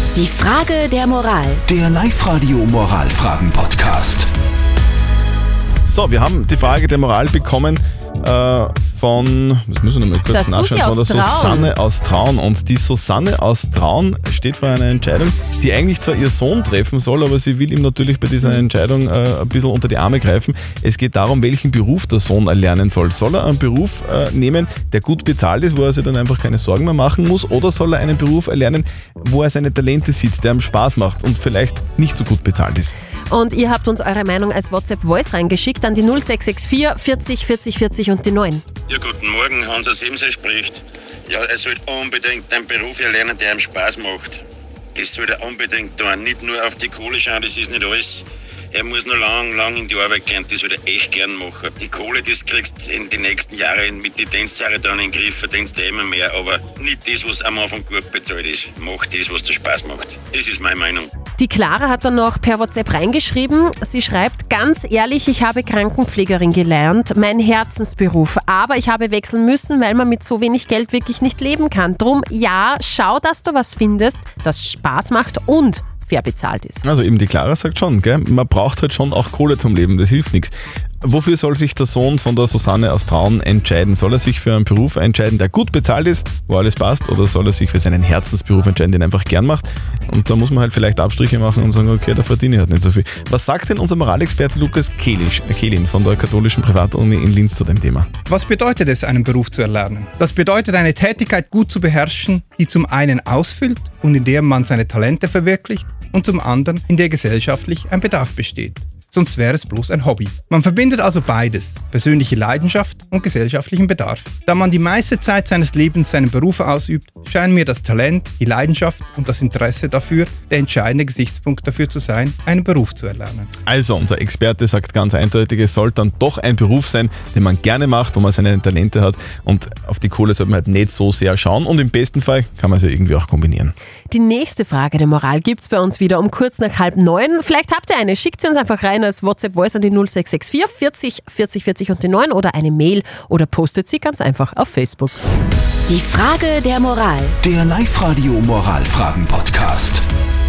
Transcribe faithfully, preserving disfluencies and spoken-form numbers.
Die Frage der Moral. Der Live-Radio-Moralfragen-Podcast. So, wir haben die Frage der Moral bekommen äh, von, das müssen wir noch mal kurz Das nachschauen, Susi von der aus Traun. Susanne aus Traun. Und die Susanne aus Traun steht vor einer Entscheidung, die eigentlich zwar ihr Sohn treffen soll, aber sie will ihm natürlich bei dieser Entscheidung äh, ein bisschen unter die Arme greifen. Es geht darum, welchen Beruf der Sohn erlernen soll. Soll er einen Beruf äh, nehmen, der gut bezahlt ist, wo er sich dann einfach keine Sorgen mehr machen muss, oder soll er einen Beruf erlernen, wo er seine Talente sieht, der ihm Spaß macht und vielleicht nicht so gut bezahlt ist? Und ihr habt uns eure Meinung als WhatsApp-Voice reingeschickt an die null sechs sechs vier vierzig vierzig vierzig und die neun. Ja, guten Morgen, Hans aus Ebensee spricht. Ja, er sollte unbedingt einen Beruf erlernen, der ihm Spaß macht. Das soll er unbedingt tun. Nicht nur auf die Kohle schauen, das ist nicht alles. Er muss noch lang, lang in die Arbeit gehen, das soll er echt gern machen. Die Kohle, das kriegst du in den nächsten Jahren mit den Dienstjahren dann in den Griff, verdienst du immer mehr, aber nicht das, was am Anfang gut bezahlt ist. Mach das, was dir Spaß macht. Das ist meine Meinung. Die Clara hat dann noch per WhatsApp reingeschrieben. Sie schreibt, ganz ehrlich, ich habe Krankenpflegerin gelernt, mein Herzensberuf. Aber ich habe wechseln müssen, weil man mit so wenig Geld wirklich nicht leben kann. Drum, ja, schau, dass du was findest, das Spaß macht und fair bezahlt ist. Also eben die Clara sagt schon, gell? Man braucht halt schon auch Kohle zum Leben, das hilft nichts. Wofür soll sich der Sohn von der Susanne aus Traun entscheiden? Soll er sich für einen Beruf entscheiden, der gut bezahlt ist, wo alles passt, oder soll er sich für seinen Herzensberuf entscheiden, den er einfach gern macht? Und da muss man halt vielleicht Abstriche machen und sagen, okay, da verdiene ich halt nicht so viel. Was sagt denn unser Moralexperte Lukas Kehlin von der katholischen Privatuni in Linz zu dem Thema? Was bedeutet es, einen Beruf zu erlernen? Das bedeutet, eine Tätigkeit gut zu beherrschen, die zum einen ausfüllt und in der man seine Talente verwirklicht und zum anderen, in der gesellschaftlich ein Bedarf besteht. Sonst wäre es bloß ein Hobby. Man verbindet also beides, persönliche Leidenschaft und gesellschaftlichen Bedarf. Da man die meiste Zeit seines Lebens seinen Beruf ausübt, scheinen mir das Talent, die Leidenschaft und das Interesse dafür der entscheidende Gesichtspunkt dafür zu sein, einen Beruf zu erlernen. Also unser Experte sagt ganz eindeutig, es soll dann doch ein Beruf sein, den man gerne macht, wo man seine Talente hat, und auf die Kohle sollte man halt nicht so sehr schauen, und im besten Fall kann man es ja irgendwie auch kombinieren. Die nächste Frage der Moral gibt's bei uns wieder um kurz nach halb neun. Vielleicht habt ihr eine, schickt sie uns einfach rein als WhatsApp-Voice an die null sechs sechs vier vierzig vierzig vierzig und die neun oder eine Mail oder postet sie ganz einfach auf Facebook. Die Frage der Moral. Der Live-Radio-Moralfragen-Podcast.